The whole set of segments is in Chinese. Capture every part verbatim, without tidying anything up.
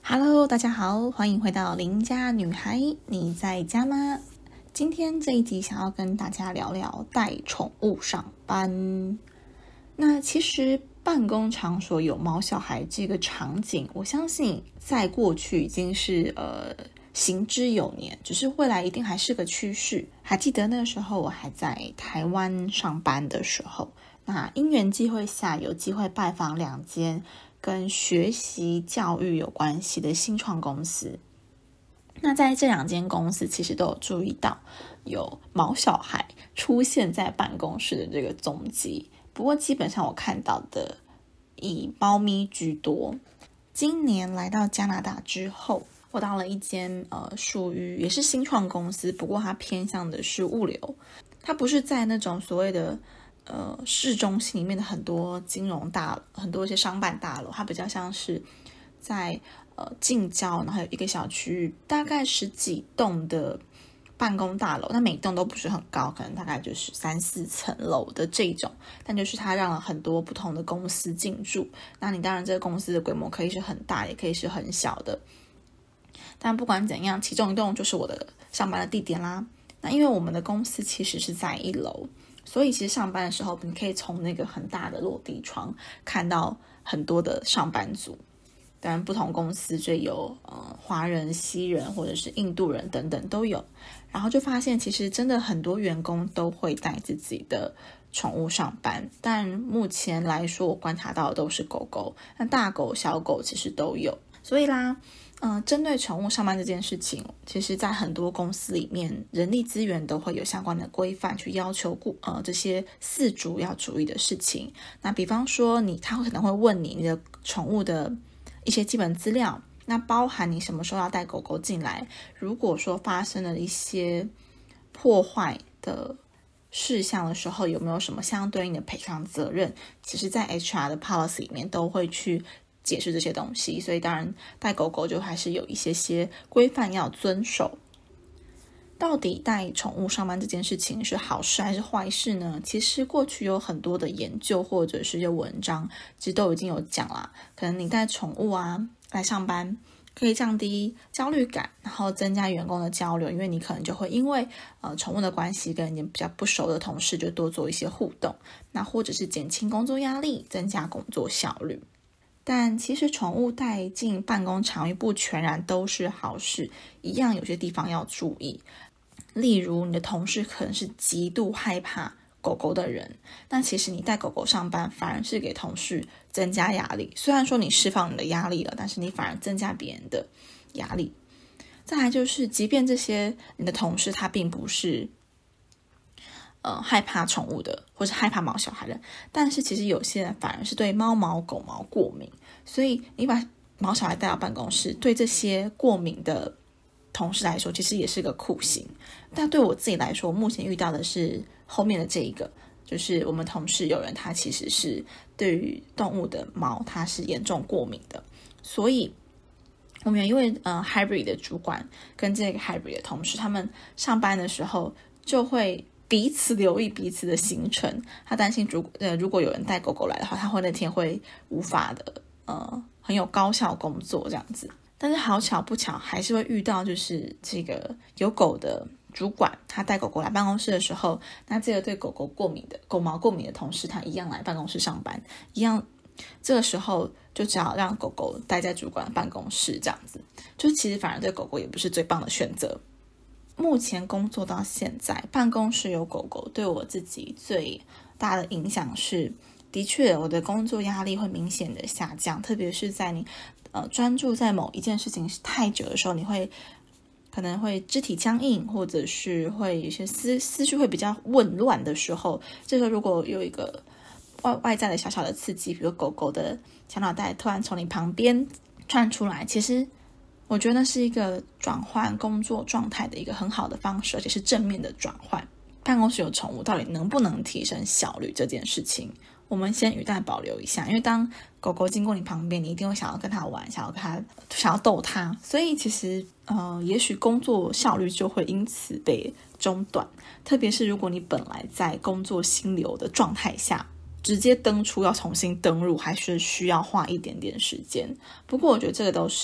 Hello， 大家好，欢迎回到邻家女孩，你在家吗？今天这一集想要跟大家聊聊带宠物上班。那其实办公场所有毛小孩这个场景，我相信在过去已经是呃行之有年，只是未来一定还是个趋势。还记得那个时候我还在台湾上班的时候，那因缘际会下有机会拜访两间跟学习教育有关系的新创公司。那在这两间公司其实都有注意到有毛小孩出现在办公室的这个踪迹，不过基本上我看到的以猫咪居多。今年来到加拿大之后，我到了一间呃属于也是新创公司，不过它偏向的是物流，它不是在那种所谓的呃，市中心里面的很多金融大楼，很多一些商办大楼，它比较像是在呃近郊，然后有一个小区域，大概十几栋的办公大楼，那每栋都不是很高，可能大概就是三四层楼的这种，但就是它让了很多不同的公司进驻。那你当然这个公司的规模可以是很大，也可以是很小的，但不管怎样，其中一栋就是我的上班的地点啦。那因为我们的公司其实是在一楼，所以其实上班的时候，你可以从那个很大的落地窗看到很多的上班族。当然，不同公司就有呃华人、西人或者是印度人等等都有。然后就发现，其实真的很多员工都会带自己的宠物上班，但目前来说，我观察到的都是狗狗，那大狗、小狗其实都有。所以啦，嗯、呃，针对宠物上班这件事情，其实在很多公司里面，人力资源都会有相关的规范去要求雇呃这些饲主要注意的事情。那比方说你，他可能会问你你的宠物的一些基本资料，那包含你什么时候要带狗狗进来，如果说发生了一些破坏的事项的时候，有没有什么相对应的赔偿责任，其实在 H R 的 policy 里面都会去解释这些东西，所以当然带狗狗就还是有一些些规范要遵守。到底带宠物上班这件事情是好事还是坏事呢？其实过去有很多的研究或者是有文章其实都已经有讲啦，可能你带宠物啊来上班可以降低焦虑感，然后增加员工的交流，因为你可能就会因为呃宠物的关系跟你比较不熟的同事就多做一些互动，那或者是减轻工作压力，增加工作效率。但其实宠物带进办公场域不全然都是好事，一样有些地方要注意。例如你的同事可能是极度害怕狗狗的人，那其实你带狗狗上班反而是给同事增加压力，虽然说你释放你的压力了，但是你反而增加别人的压力。再来就是即便这些你的同事他并不是呃，害怕宠物的，或是害怕毛小孩的，但是其实有些人反而是对猫毛、狗毛过敏，所以你把毛小孩带到办公室，对这些过敏的同事来说，其实也是个酷刑。但对我自己来说，目前遇到的是后面的这一个，就是我们同事有人他其实是对于动物的毛他是严重过敏的，所以我们有一位呃 hybrid 的主管跟这个 hybrid 的同事，他们上班的时候就会彼此留意彼此的行程，他担心如果呃如果有人带狗狗来的话，他会那天会无法的呃很有高效工作这样子。但是好巧不巧，还是会遇到就是这个有狗的主管，他带狗狗来办公室的时候，那这个对狗狗过敏的狗毛过敏的同事，他一样来办公室上班，一样这个时候就只好让狗狗待在主管的办公室这样子，就其实反而对狗狗也不是最棒的选择。目前工作到现在，办公室有狗狗对我自己最大的影响是，的确我的工作压力会明显的下降，特别是在你呃专注在某一件事情太久的时候，你会可能会肢体僵硬，或者是会有些思思绪会比较紊乱的时候，这个如果有一个外外在的小小的刺激，比如狗狗的小脑袋突然从你旁边窜出来，其实我觉得是一个转换工作状态的一个很好的方式，而且是正面的转换。办公室有宠物到底能不能提升效率这件事情，我们先语带保留一下，因为当狗狗经过你旁边，你一定会想要跟它玩，想要跟它想要逗它，所以其实呃，也许工作效率就会因此被中断，特别是如果你本来在工作心流的状态下，直接登出要重新登入，还是需要花一点点时间。不过我觉得这个都是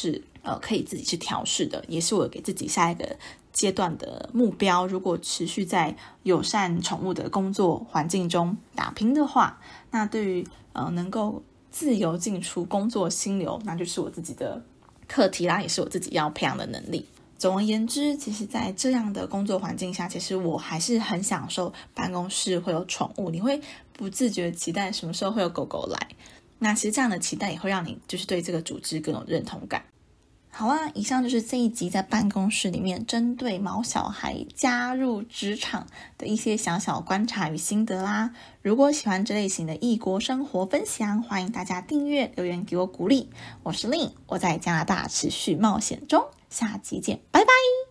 呃可以自己去调试的，也是我给自己下一个阶段的目标。如果持续在友善宠物的工作环境中打拼的话，那对于呃能够自由进出工作心流，那就是我自己的课题啦，也是我自己要培养的能力。总而言之，其实在这样的工作环境下，其实我还是很享受办公室会有宠物，你会不自觉期待什么时候会有狗狗来。那其实这样的期待也会让你就是对这个组织更有认同感。好啦，以上就是这一集在办公室里面针对毛小孩加入职场的一些小小观察与心得啦。如果喜欢这类型的异国生活分享，欢迎大家订阅留言给我鼓励。我是 Lynn， 我在加拿大持续冒险中，下集见，拜拜。